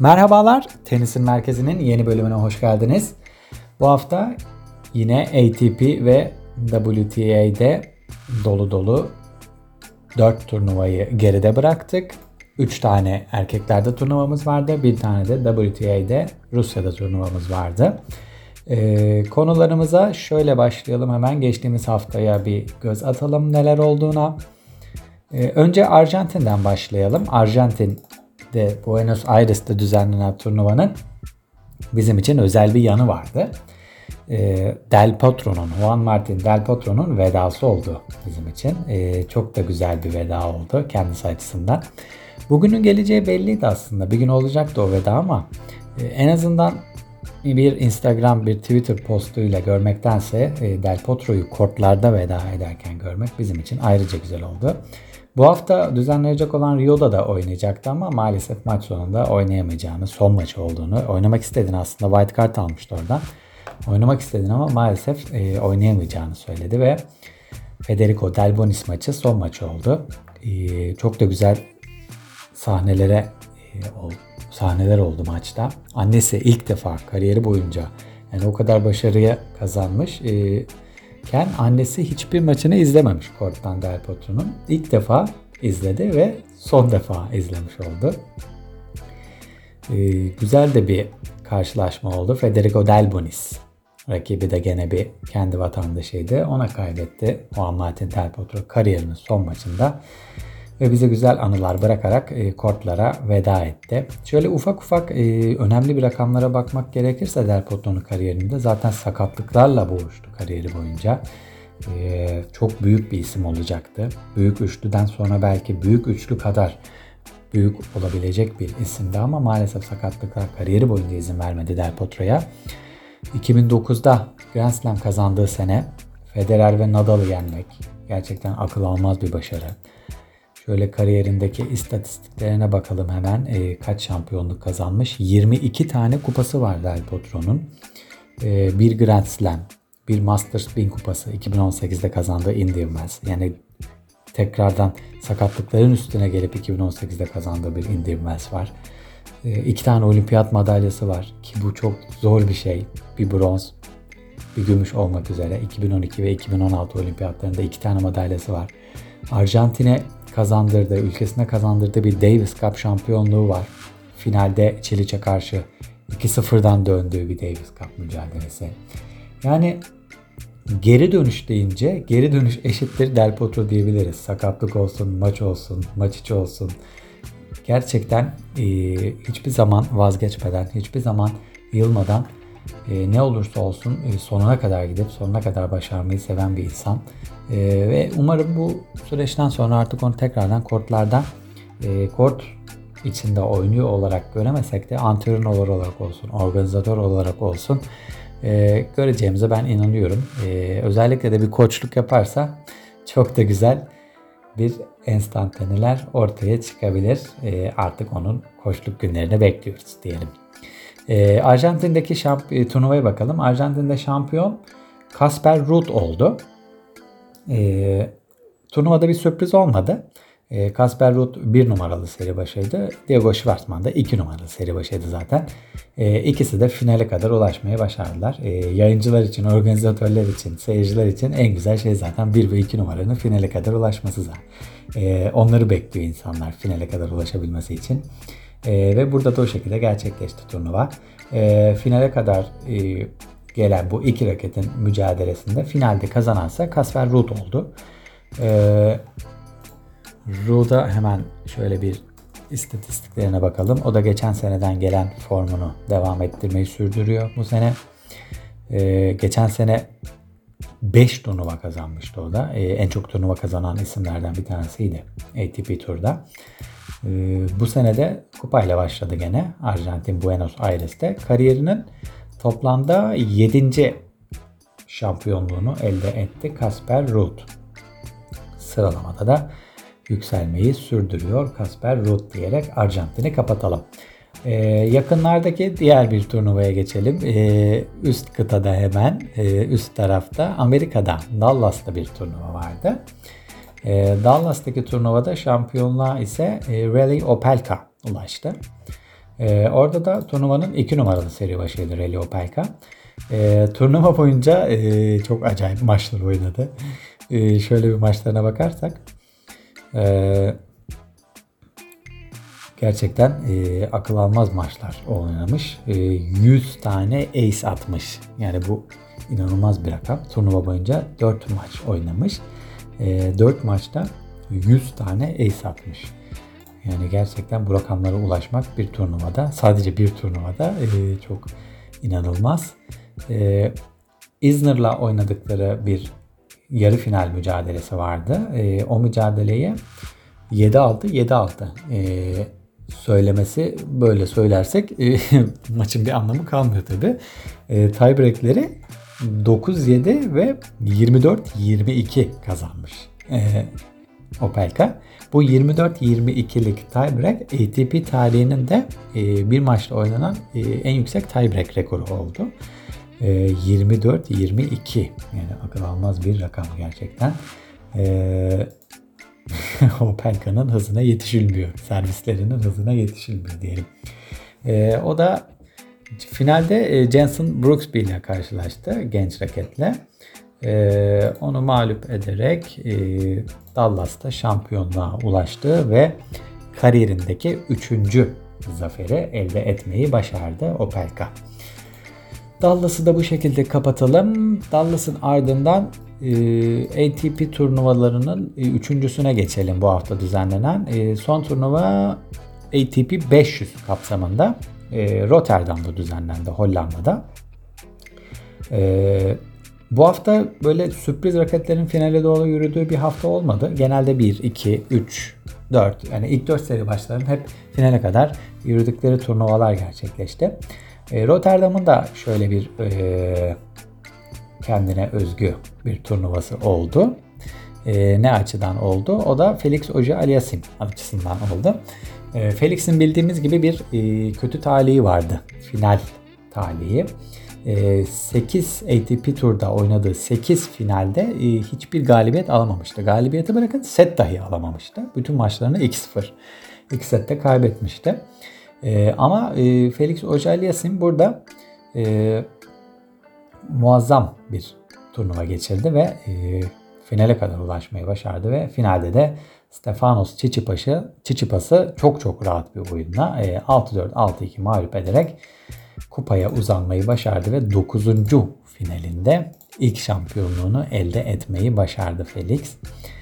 Merhabalar, Tenisin Merkezi'nin yeni bölümüne hoş geldiniz. Bu hafta yine ATP ve WTA'de dolu dolu 4 turnuvayı geride bıraktık. 3 tane erkeklerde turnuvamız vardı. Bir tane de WTA'de Rusya'da turnuvamız vardı. Konularımıza şöyle başlayalım hemen. Geçtiğimiz haftaya bir göz atalım neler olduğuna. Önce Arjantin'den başlayalım. Arjantin'de Buenos Aires'te düzenlenen turnuvanın bizim için özel bir yanı vardı. Juan Martín Del Potro'nun vedası oldu bizim için. Çok da güzel bir veda oldu kendisi açısından. Bugünün geleceği belliydi aslında. Bir gün olacaktı o veda ama en azından bir Instagram, bir Twitter postuyla görmektense Del Potro'yu kortlarda veda ederken görmek bizim için ayrıca güzel oldu. Bu hafta düzenlenecek olan Rio'da da oynayacaktı ama maalesef maç sonunda oynayamayacağını, son maçı olduğunu, oynamak istediğini aslında white card almıştı oradan. Oynamak istediğini ama maalesef oynayamayacağını söyledi ve Federico Delbonis maçı son maçı oldu. Çok da güzel sahneler oldu maçta. Annesi ilk defa kariyeri boyunca yani o kadar başarıya kazanmış annesi hiçbir maçını izlememiş korttan Del Potro'nun. İlk defa izledi ve son defa izlemiş oldu. Güzel de bir karşılaşma oldu. Federico Delbonis rakibi de gene bir kendi vatandaşıydı. Ona kaybetti Juan Martín Del Potro kariyerinin son maçında. Ve bize güzel anılar bırakarak kortlara veda etti. Şöyle ufak önemli bir rakamlara bakmak gerekirse Del Potro'nun kariyerinde zaten sakatlıklarla boğuştu kariyeri boyunca. Çok büyük bir isim olacaktı. Büyük üçlüden sonra belki büyük üçlü kadar büyük olabilecek bir isimdi ama maalesef sakatlıklar kariyeri boyunca izin vermedi Del Potro'ya. 2009'da Grand Slam kazandığı sene Federer ve Nadal'ı yenmek gerçekten akıl almaz bir başarı. Şöyle kariyerindeki istatistiklerine bakalım hemen. Kaç şampiyonluk kazanmış? 22 tane kupası var Del Potro'nun. Bir Grand Slam, bir Masters 1000 kupası 2018'de kazandığı Indian Wells. Yani tekrardan sakatlıkların üstüne gelip 2018'de kazandığı bir Indian Wells var. 2 tane olimpiyat madalyası var ki bu çok zor bir şey. Bir bronz, bir gümüş olmak üzere 2012 ve 2016 olimpiyatlarında 2 tane madalyası var. Arjantin'e ülkesine kazandırdığı bir Davis Cup şampiyonluğu var. Finalde Çiliç'e karşı 2-0'dan döndüğü bir Davis Cup mücadelesi. Yani geri dönüş deyince geri dönüş eşittir Del Potro diyebiliriz. Sakatlık olsun, maç olsun, maç içi olsun. Gerçekten hiçbir zaman vazgeçmeden, hiçbir zaman yılmadan ne olursa olsun sonuna kadar gidip sonuna kadar başarmayı seven bir insan. Ve umarım bu süreçten sonra artık onu tekrardan kortlarda kort içinde oynuyor olarak göremesek de antrenör olarak olsun, organizatör olarak olsun göreceğimize ben inanıyorum. Özellikle de bir koçluk yaparsa çok da güzel bir enstantaneler ortaya çıkabilir. Artık onun koçluk günlerini bekliyoruz diyelim. Arjantin'deki turnuvaya bakalım. Arjantin'de şampiyon Casper Ruud oldu. Turnuvada bir sürpriz olmadı. Casper Ruud 1 numaralı seri başıydı. Diego Schwartzman da 2 numaralı seri başıydı zaten. İkisi de finale kadar ulaşmayı başardılar. Yayıncılar için, organizatörler için, seyirciler için en güzel şey zaten 1 ve 2 numaranın finale kadar ulaşması zaten. Onları bekliyor insanlar finale kadar ulaşabilmesi için. Ve burada da o şekilde gerçekleşti turnuva. Finale kadar gelen bu iki raketin mücadelesinde finalde kazanansa Casper Ruud oldu. Ruud'a hemen şöyle bir istatistiklerine bakalım. O da geçen seneden gelen formunu devam ettirmeyi sürdürüyor bu sene. Geçen sene 5 turnuva kazanmıştı o da. En çok turnuva kazanan isimlerden bir tanesiydi ATP Tur'da. Bu sene de kupayla başladı gene Arjantin Buenos Aires'te. Kariyerinin toplamda 7. şampiyonluğunu elde etti Casper Ruud. Sıralamada da yükselmeyi sürdürüyor Casper Ruud diyerek Arjantin'i kapatalım. Yakınlardaki diğer bir turnuvaya geçelim. Üst kıtada hemen üst tarafta Amerika'da Dallas'ta bir turnuva vardı. Dallas'taki turnuvada şampiyonluğa ise Reilly Opelka ulaştı. Orada da turnuvanın 2 numaralı seri başıydı Rally Opelka. Turnuva boyunca çok acayip maçlar oynadı. Şöyle bir maçlarına bakarsak gerçekten akıl almaz maçlar oynamış. 100 tane ace atmış. Yani bu inanılmaz bir rakam. Turnuva boyunca 4 maç oynamış. 4 maçta 100 tane ace atmış. Yani gerçekten bu rakamlara ulaşmak bir turnuvada, sadece bir turnuvada çok inanılmaz. Isner'la oynadıkları bir yarı final mücadelesi vardı. O mücadeleye 7-6, 7-6 söylemesi, böyle söylersek maçın bir anlamı kalmıyor tabi. Tiebreak'leri 9-7 ve 24-22 kazanmış Opelka. Bu 24-22'lik tiebreak ATP tarihinin de bir maçta oynanan en yüksek tiebreak rekoru oldu. 24-22, yani akıl almaz bir rakam gerçekten. Opelka'nın hızına yetişilmiyor. Servislerinin hızına yetişilmiyor diyelim. O da finalde Jenson Brooksby ile karşılaştı, genç raketle. Onu mağlup ederek Dallas'ta şampiyonluğa ulaştı ve kariyerindeki 3. zaferi elde etmeyi başardı Opelka. Dallas'ı da bu şekilde kapatalım. Dallas'ın ardından ATP turnuvalarının 3.'süne geçelim, bu hafta düzenlenen. Son turnuva ATP 500 kapsamında Rotterdam'da düzenlendi, Hollanda'da. Bu hafta böyle sürpriz raketlerin finale doğru yürüdüğü bir hafta olmadı. Genelde 1, 2, 3, 4, yani ilk 4 seri başlarının hep finale kadar yürüdükleri turnuvalar gerçekleşti. Rotterdam'ın da şöyle bir kendine özgü bir turnuvası oldu. Ne açıdan oldu? O da Felix Auger-Aliassime açısından oldu. Felix'in bildiğimiz gibi bir kötü talihi vardı. Final talihi. 8 ATP turda oynadığı 8 finalde hiçbir galibiyet alamamıştı. Galibiyeti bırakın, set dahi alamamıştı. Bütün maçlarını 2-0. 2 sette kaybetmişti. Ama Felix Auger-Aliassime burada muazzam bir turnuva geçirdi ve finale kadar ulaşmayı başardı ve finalde de Stefanos Tsitsipas'ı çok rahat bir oyunla 6-4, 6-2 mağlup ederek kupaya uzanmayı başardı ve 9. finalinde ilk şampiyonluğunu elde etmeyi başardı Felix.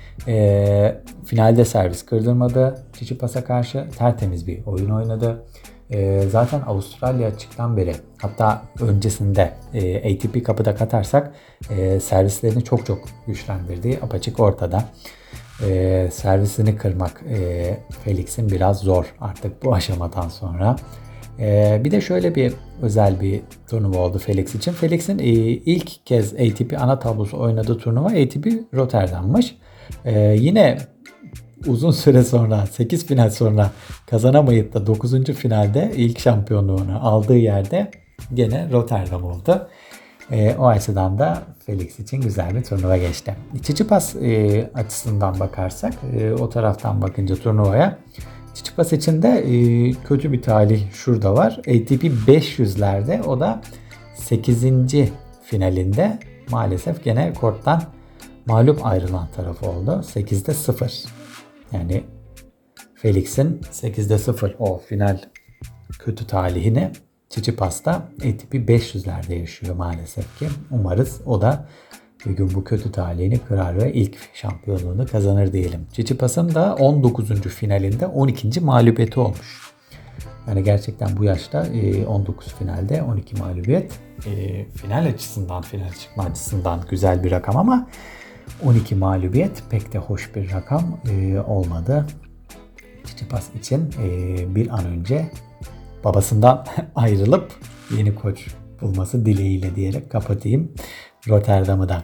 Finalde servis kırdırmadı. Tsitsipas'a karşı tertemiz bir oyun oynadı. Zaten Avustralya açıktan beri, hatta öncesinde ATP Cup'ı katarsak servislerini çok güçlendirdiği apaçık ortada. Servisini kırmak Felix'in biraz zor artık bu aşamadan sonra. Bir de şöyle bir özel bir turnuva oldu Felix için. Felix'in ilk kez ATP ana tablosu oynadığı turnuva ATP Rotterdam'mış. Yine uzun süre sonra, 8 final sonra kazanamayıp da 9. finalde ilk şampiyonluğunu aldığı yerde gene Rotterdam oldu. O açıdan da Felix için güzel bir turnuva geçti. Tsitsipas açısından bakarsak, o taraftan bakınca turnuvaya, Tsitsipas için de kötü bir talih şurada var. ATP 500'lerde o da 8. finalinde maalesef gene korttan mağlup ayrılan taraf oldu. 8'de 0. Yani Felix'in 8'de 0 o final kötü talihini Tsitsipas da ATP 500'lerde yaşıyor maalesef ki. Umarız o da bir gün bu kötü talihini kırar ve ilk şampiyonluğunu kazanır diyelim. Tsitsipas'ın da 19. finalinde 12. mağlubiyeti olmuş. Yani gerçekten bu yaşta 19 finalde 12 mağlubiyet final çıkma açısından güzel bir rakam ama 12 mağlubiyet pek de hoş bir rakam olmadı. Tsitsipas için bir an önce babasından ayrılıp yeni koç bulması dileğiyle diyerek kapatayım Rotterdam'ı da.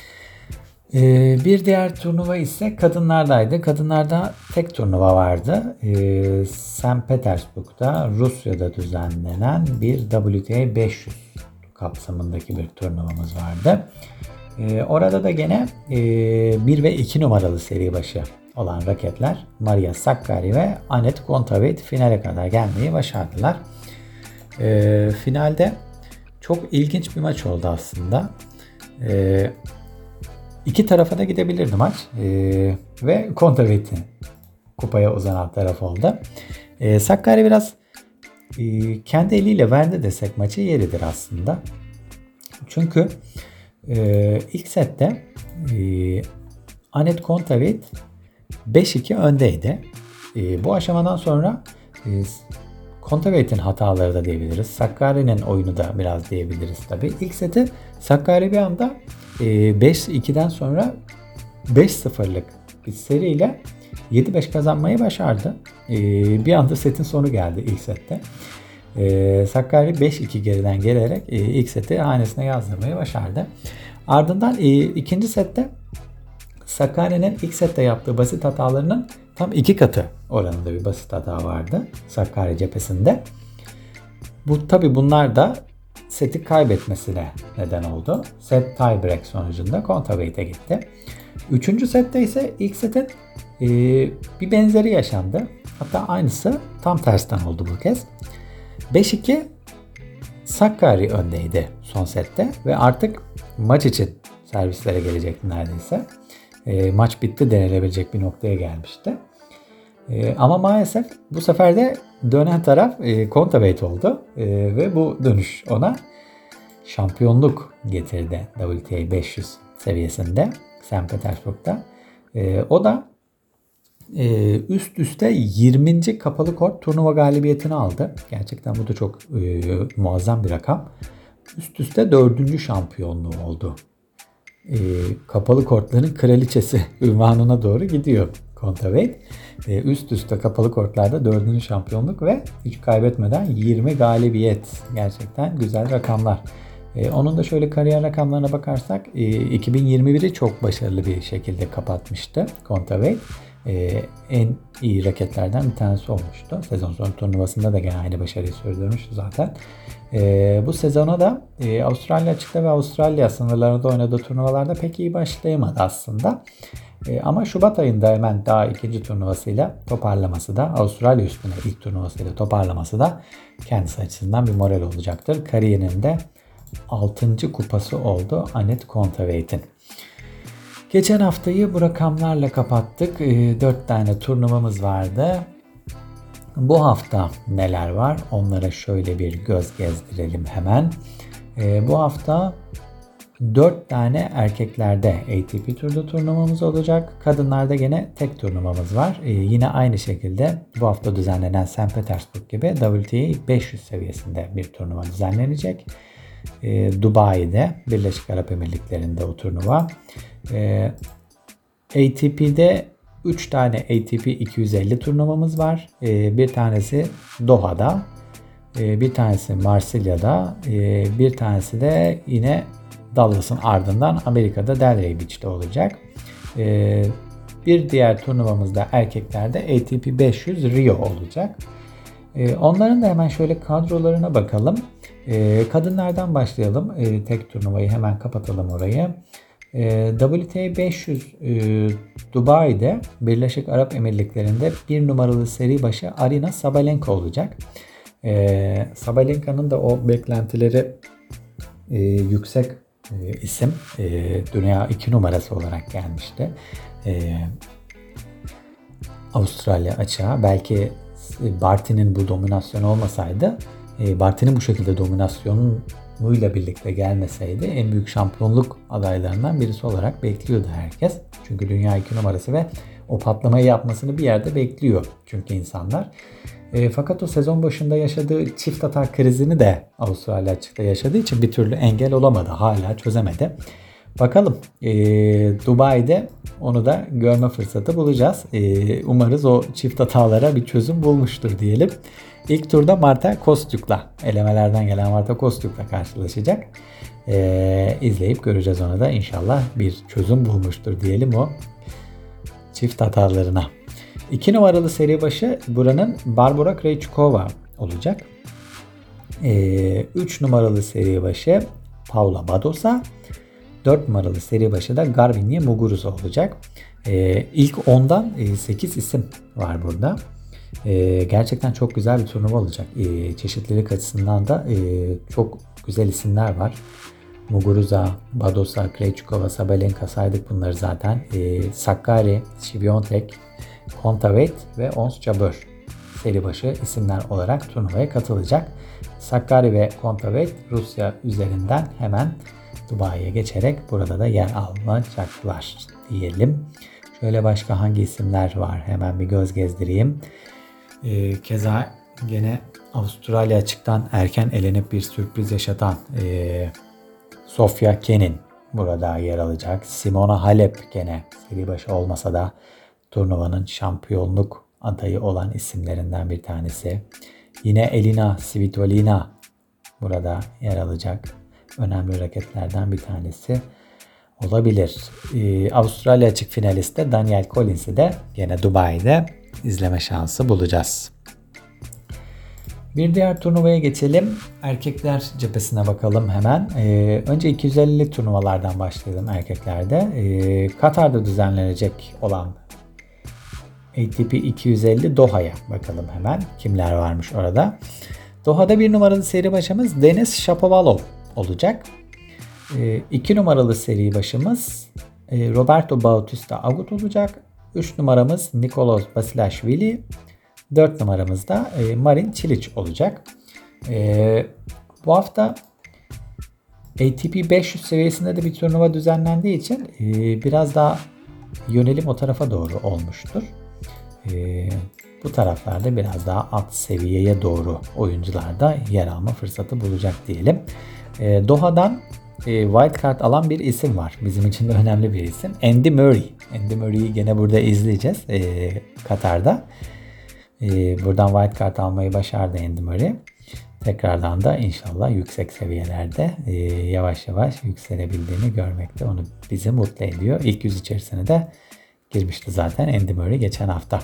Bir diğer turnuva ise kadınlardaydı. Kadınlarda tek turnuva vardı. St. Petersburg'da, Rusya'da düzenlenen bir WTA 500 kapsamındaki bir turnuvamız vardı. Orada da gene 1 ve 2 numaralı seri başı olan raketler Maria Sakkari ve Anett Kontaveit finale kadar gelmeyi başardılar. Finalde çok ilginç bir maç oldu aslında. İki tarafa da gidebilirdi maç. Ve Kontaveit'in kupaya uzanan taraf oldu. Sakkari biraz kendi eliyle verdi desek maçı yeridir aslında. Çünkü ilk sette Anett Kontaveit 5-2 öndeydi. Bu aşamadan sonra Kontaveit'in hataları da diyebiliriz. Sakkari'nin oyunu da biraz diyebiliriz tabii. İlk seti Sakkari bir anda 5-2'den sonra 5-0'lık bir seriyle 7-5 kazanmayı başardı. Bir anda setin sonu geldi ilk sette. Sakkari 5-2 geriden gelerek ilk seti hanesine yazdırmayı başardı. Ardından ikinci sette Sakkari'nin ilk sette yaptığı basit hatalarının tam 2 katı oranında bir basit hata vardı Sakkari cephesinde. Tabi bunlar da seti kaybetmesine neden oldu. Set tiebreak sonucunda Kontaveit'e gitti. Üçüncü sette ise ilk setin bir benzeri yaşandı. Hatta aynısı tam tersten oldu bu kez. 5-2 Sakkari öndeydi son sette ve artık maç için servislere gelecekti neredeyse. Maç bitti denilebilecek bir noktaya gelmişti. Ama maalesef bu sefer de dönen taraf Kontaveit oldu. Ve bu dönüş ona şampiyonluk getirdi WTA 500 seviyesinde St. Petersburg'da. O da üst üste 20. kapalı kort turnuva galibiyetini aldı. Gerçekten bu da çok muazzam bir rakam. Üst üste 4. şampiyonluğu oldu. Kapalı kortların kraliçesi unvanına doğru gidiyor Kontaveit. Üst üste kapalı kortlarda 4. şampiyonluk ve hiç kaybetmeden 20 galibiyet. Gerçekten güzel rakamlar. Onun da şöyle kariyer rakamlarına bakarsak 2021'i çok başarılı bir şekilde kapatmıştı Kontaveit. En iyi raketlerden bir tanesi olmuştu. Sezon sonu turnuvasında da gene aynı başarıyı sürdürmüştü zaten. Bu sezona da Avustralya açıkta ve Avustralya sınırlarında oynadığı turnuvalarda pek iyi başlayamadı aslında. Ama Şubat ayında hemen daha ikinci turnuvasıyla toparlaması da Avustralya üstüne ilk turnuvasıyla toparlaması da kendisi açısından bir moral olacaktır. Kariyerinde 6. kupası oldu Anett Kontaveit'in. Geçen haftayı bu rakamlarla kapattık. 4 tane turnuvamız vardı. Bu hafta neler var? Onlara şöyle bir göz gezdirelim hemen. Bu hafta 4 tane erkeklerde ATP Tur'da turnuvamız olacak. Kadınlarda gene tek turnuvamız var. Yine aynı şekilde bu hafta düzenlenen St. Petersburg gibi WTA 500 seviyesinde bir turnuva düzenlenecek. Dubai'de, Birleşik Arap Emirlikleri'nde o turnuva. ATP'de 3 tane ATP 250 turnuvamız var. Bir tanesi Doha'da, bir tanesi Marsilya'da, bir tanesi de yine Dallas'ın ardından Amerika'da Delray Beach'te olacak. Bir diğer turnuvamız da erkeklerde ATP 500 Rio olacak. Onların da hemen şöyle kadrolarına bakalım. Kadınlardan başlayalım. Tek turnuvayı hemen kapatalım orayı. WTA 500 Dubai'de Birleşik Arap Emirlikleri'nde bir numaralı seri başı Aryna Sabalenka olacak. Sabalenka'nın da o beklentileri yüksek isim. Dünya 2 numarası olarak gelmişti. Avustralya açığa. Belki Barty'nin bu dominasyonu olmasaydı, Barty'nin bu şekilde dominasyonuyla birlikte gelmeseydi en büyük şampiyonluk adaylarından birisi olarak bekliyordu herkes. Çünkü dünya 2 numarası ve o patlamayı yapmasını bir yerde bekliyor çünkü insanlar. Fakat o sezon başında yaşadığı çift hata krizini de Avustralya açıkta yaşadığı için bir türlü engel olamadı. Hala çözemedi. Bakalım Dubai'de onu da görme fırsatı bulacağız. Umarız o çift hatalara bir çözüm bulmuştur diyelim. İlk turda Marta Kostyuk'la, elemelerden gelen Marta Kostyuk'la karşılaşacak. İzleyip göreceğiz, ona da inşallah bir çözüm bulmuştur diyelim o çift hatalarına. 2 numaralı seri başı buranın Barbora Krejcikova olacak. 3 numaralı seri başı Paula Badosa. 4 numaralı seri başı da Garbiñe Muguruza olacak. İlk 10'dan 8 isim var burada. Gerçekten çok güzel bir turnuva olacak. Çeşitlilik açısından da çok güzel isimler var. Muguruza, Badosa, Krejcikova, Sabalenka saydık bunları zaten. Sakkari, Świątek, Kontaveit ve Ons Jabeur seri başı isimler olarak turnuvaya katılacak. Sakkari ve Kontaveit Rusya üzerinden hemen Dubai'ye geçerek burada da yer alacaklar diyelim. Şöyle başka hangi isimler var? Hemen bir göz gezdireyim. Keza gene Avustralya açıktan erken elenip bir sürpriz yaşatan Sofia Kenin burada yer alacak. Simona Halep gene seri başı olmasa da turnuvanın şampiyonluk adayı olan isimlerinden bir tanesi. Yine Elina Svitolina burada yer alacak. Önemli raketlerden bir tanesi olabilir. Avustralya açık finalisti Daniel Collins'i de yine Dubai'de izleme şansı bulacağız. Bir diğer turnuvaya geçelim. Erkekler cephesine bakalım hemen. Önce 250'lik turnuvalardan başlayalım erkeklerde. Katar'da düzenlenecek olan ATP 250 Doha'ya bakalım hemen. Kimler varmış orada? Doha'da 1 numaralı seri başımız Denis Shapovalov olacak. 2 numaralı seri başımız Roberto Bautista Agut olacak. 3 numaramız Nicolas Basilashvili. 4 numaramız da Marin Cilic olacak. Bu hafta ATP 500 seviyesinde de bir turnuva düzenlendiği için biraz daha yönelim o tarafa doğru olmuştur. Bu taraflarda biraz daha alt seviyeye doğru oyuncular da yer alma fırsatı bulacak diyelim. Doha'dan wildcard alan bir isim var. Bizim için de önemli bir isim. Andy Murray. Andy Murray'i gene burada izleyeceğiz Katar'da. Buradan wildcard almayı başardı Andy Murray. Tekrardan da inşallah yüksek seviyelerde yavaş yavaş yükselebildiğini görmek de onu bizi mutlu ediyor. İlk 100 içerisine de girmişti zaten Andy Murray geçen hafta.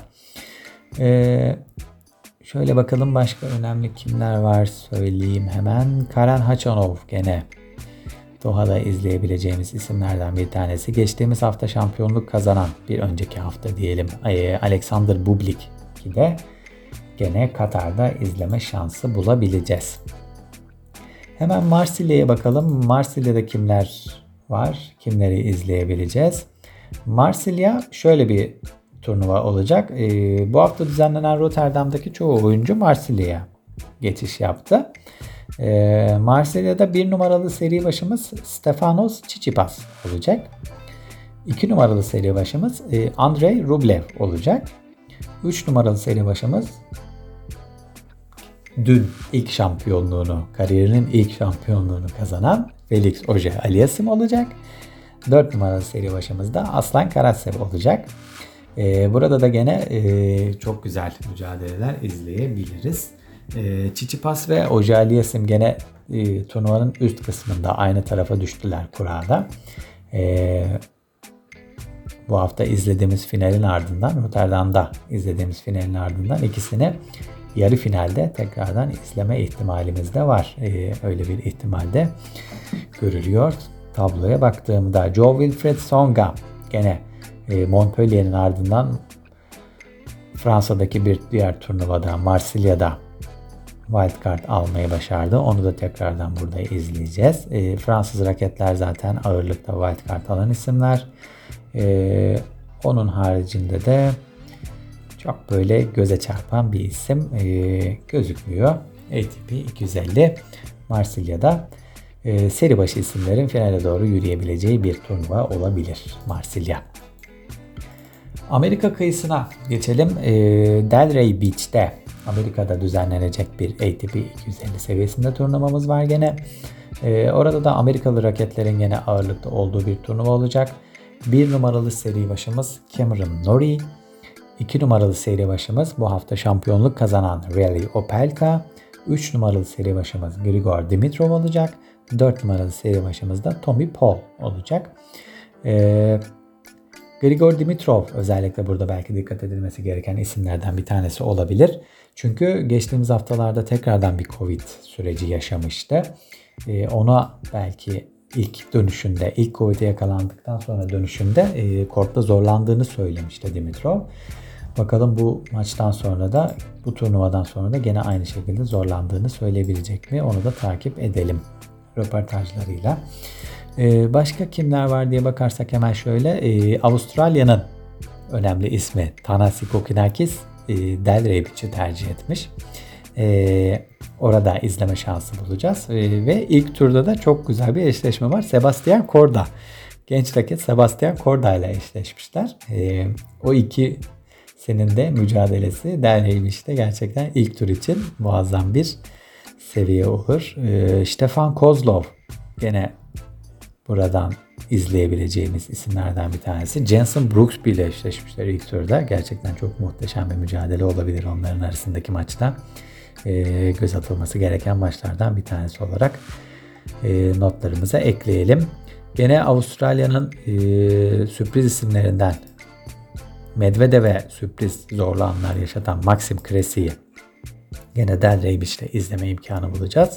Şöyle bakalım başka önemli kimler var söyleyeyim hemen. Karen Khachanov gene Doha'da izleyebileceğimiz isimlerden bir tanesi. Geçtiğimiz hafta şampiyonluk kazanan bir önceki hafta diyelim Alexander Bublik ki de gene Katar'da izleme şansı bulabileceğiz. Hemen Marsilya'ya bakalım. Marsilya'da kimler var? Kimleri izleyebileceğiz? Marsilya şöyle bir turnuva olacak. Bu hafta düzenlenen Rotterdam'daki çoğu oyuncu Marsilya'ya geçiş yaptı. Marsilya'da 1 numaralı seri başımız Stefanos Tsitsipas olacak. 2 numaralı seri başımız Andrei Rublev olacak. 3 numaralı seri başımız dün kariyerinin ilk şampiyonluğunu kazanan Felix Auger-Aliassime olacak. 4 numaralı seri başımızda Aslan Karatsev olacak. Burada da gene çok güzel mücadeleler izleyebiliriz. Tsitsipas ve Auger-Aliassime gene turnuvanın üst kısmında aynı tarafa düştüler kurada. Bu hafta izlediğimiz finalin ardından, Rotterdam'da izlediğimiz finalin ardından ikisini yarı finalde tekrardan izleme ihtimalimiz de var. Öyle bir ihtimalde görülüyor. Tabloya baktığımda Jo-Wilfried Tsonga gene Montpellier'in ardından Fransa'daki bir diğer turnuvada Marsilya'da wildcard almayı başardı. Onu da tekrardan burada izleyeceğiz. Fransız raketler zaten ağırlıkta wildcard alan isimler. Onun haricinde de çok böyle göze çarpan bir isim gözükmüyor. ATP 250 Marsilya'da seri başı isimlerin finale doğru yürüyebileceği bir turnuva olabilir Marsilya. Amerika kıyısına geçelim. Delray Beach'te Amerika'da düzenlenecek bir ATP 250 seviyesinde turnuvamız var gene. Orada da Amerikalı raketlerin gene ağırlıkta olduğu bir turnuva olacak. 1 numaralı seri başımız Cameron Norrie. 2 numaralı seri başımız bu hafta şampiyonluk kazanan Reilly Opelka. 3 numaralı seri başımız Grigor Dimitrov olacak. 4 numaralı seri başımız da Tommy Paul olacak. Grigor Dimitrov özellikle burada belki dikkat edilmesi gereken isimlerden bir tanesi olabilir. Çünkü geçtiğimiz haftalarda tekrardan bir Covid süreci yaşamıştı. Ona belki ilk dönüşünde, ilk Covid'e yakalandıktan sonra dönüşünde kortta zorlandığını söylemişti Dimitrov. Bakalım bu maçtan sonra da, bu turnuvadan sonra da gene aynı şekilde zorlandığını söyleyebilecek mi? Onu da takip edelim röportajlarıyla. Başka kimler var diye bakarsak hemen şöyle. Avustralya'nın önemli ismi Thanasi Kokkinakis Delray Beach'i tercih etmiş. Orada izleme şansı bulacağız. Ve ilk turda da çok güzel bir eşleşme var. Sebastian Korda. Genç raket Sebastian Korda ile eşleşmişler. O ikisinin de mücadelesi Delray Beach'te gerçekten ilk tur için muazzam bir seviye olur. Stefan Kozlov gene buradan izleyebileceğimiz isimlerden bir tanesi. Jenson Brooksby ile eşleşmişler ilk turda. Gerçekten çok muhteşem bir mücadele olabilir onların arasındaki maçta. Göz atılması gereken maçlardan bir tanesi olarak notlarımıza ekleyelim. Gene Avustralya'nın sürpriz isimlerinden Medvedev'e sürpriz zorlu anlar yaşatan Maxim Cressy gene Delray Beach'te izleme imkanı bulacağız.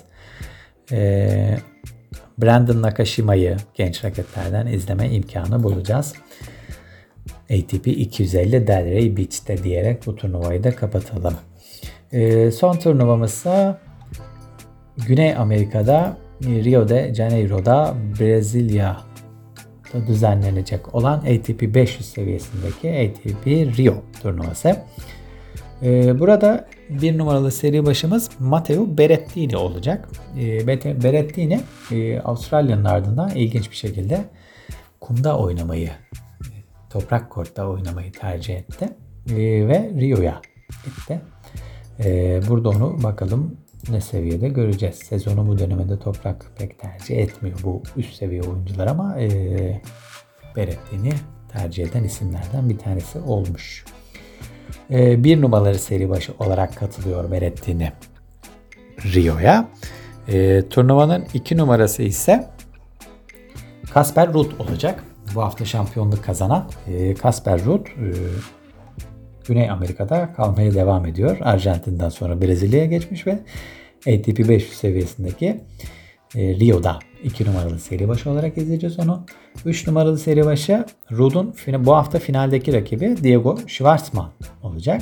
Brandon Nakashima'yı genç raketlerden izleme imkanı bulacağız. ATP 250 Delray Beach'te diyerek bu turnuvayı da kapatalım. Son turnuvamızsa Güney Amerika'da Rio de Janeiro'da Brezilya'da düzenlenecek olan ATP 500 seviyesindeki ATP Rio turnuvası. Burada bir numaralı seri başımız Matteo Berrettini olacak. Berrettini Avustralya'nın ardından ilginç bir şekilde kumda oynamayı, toprak kortta oynamayı tercih etti ve Rio'ya gitti. Burada onu bakalım ne seviyede göreceğiz. Sezonu bu dönemde toprak pek tercih etmiyor bu üst seviye oyuncular ama Berrettini tercih eden isimlerden bir tanesi olmuş. Bir numaralı seri başı olarak katılıyor Berrettini Rio'ya. Turnuvanın 2 numarası ise Casper Ruud olacak. Bu hafta şampiyonluk kazanan Casper Ruud Güney Amerika'da kalmaya devam ediyor. Arjantin'den sonra Brezilya'ya geçmiş ve ATP 500 seviyesindeki Rio'da 2 numaralı seri başı olarak izleyeceğiz onu. 3 numaralı seri başı Ruud'un bu hafta finaldeki rakibi Diego Schwartzman olacak.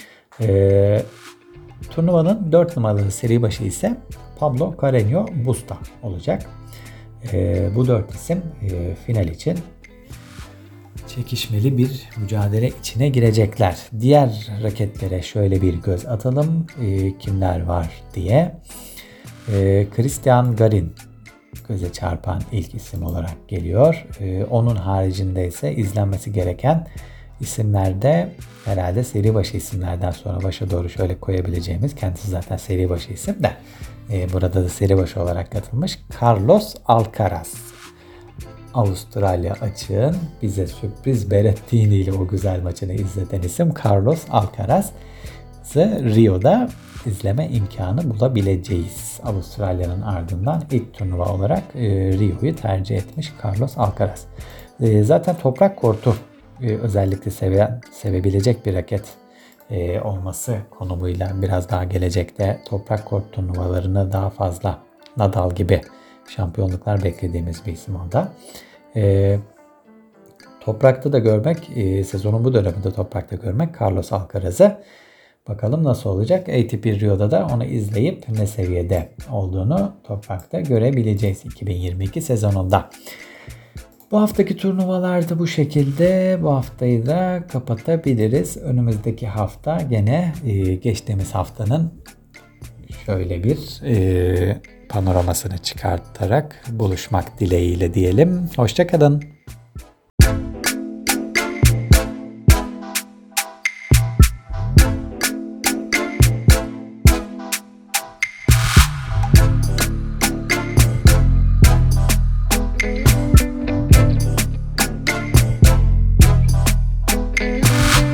Turnuvanın 4 numaralı seri başı ise Pablo Carreño Busta olacak. Bu 4 isim final için çekişmeli bir mücadele içine girecekler. Diğer raketlere şöyle bir göz atalım. Kimler var diye. Cristian Garin göze çarpan ilk isim olarak geliyor. Onun haricinde ise izlenmesi gereken isimlerde herhalde seri başı isimlerden sonra başa doğru şöyle koyabileceğimiz, kendisi zaten seri başı isim de burada da seri başı olarak katılmış Carlos Alcaraz. Avustralya açığın bize sürpriz Berrettini ile o güzel maçını izleten isim Carlos Alcaraz'ı Rio'da izleme imkanı bulabileceğiz. Avustralya'nın ardından ilk turnuva olarak Rio'yu tercih etmiş Carlos Alcaraz. Zaten toprak kortu özellikle sevebilecek bir raket olması konumuyla biraz daha gelecekte toprak kort turnuvalarını daha fazla Nadal gibi şampiyonluklar beklediğimiz bir isim onda. Toprakta da görmek, sezonun bu döneminde toprakta görmek Carlos Alcaraz'ı bakalım nasıl olacak. ATP Rio'da da onu izleyip ne seviyede olduğunu toprakta görebileceğiz 2022 sezonunda. Bu haftaki turnuvalarda bu şekilde. Bu haftayı da kapatabiliriz. Önümüzdeki hafta gene geçtiğimiz haftanın şöyle bir panoramasını çıkartarak buluşmak dileğiyle diyelim. Hoşça kalın.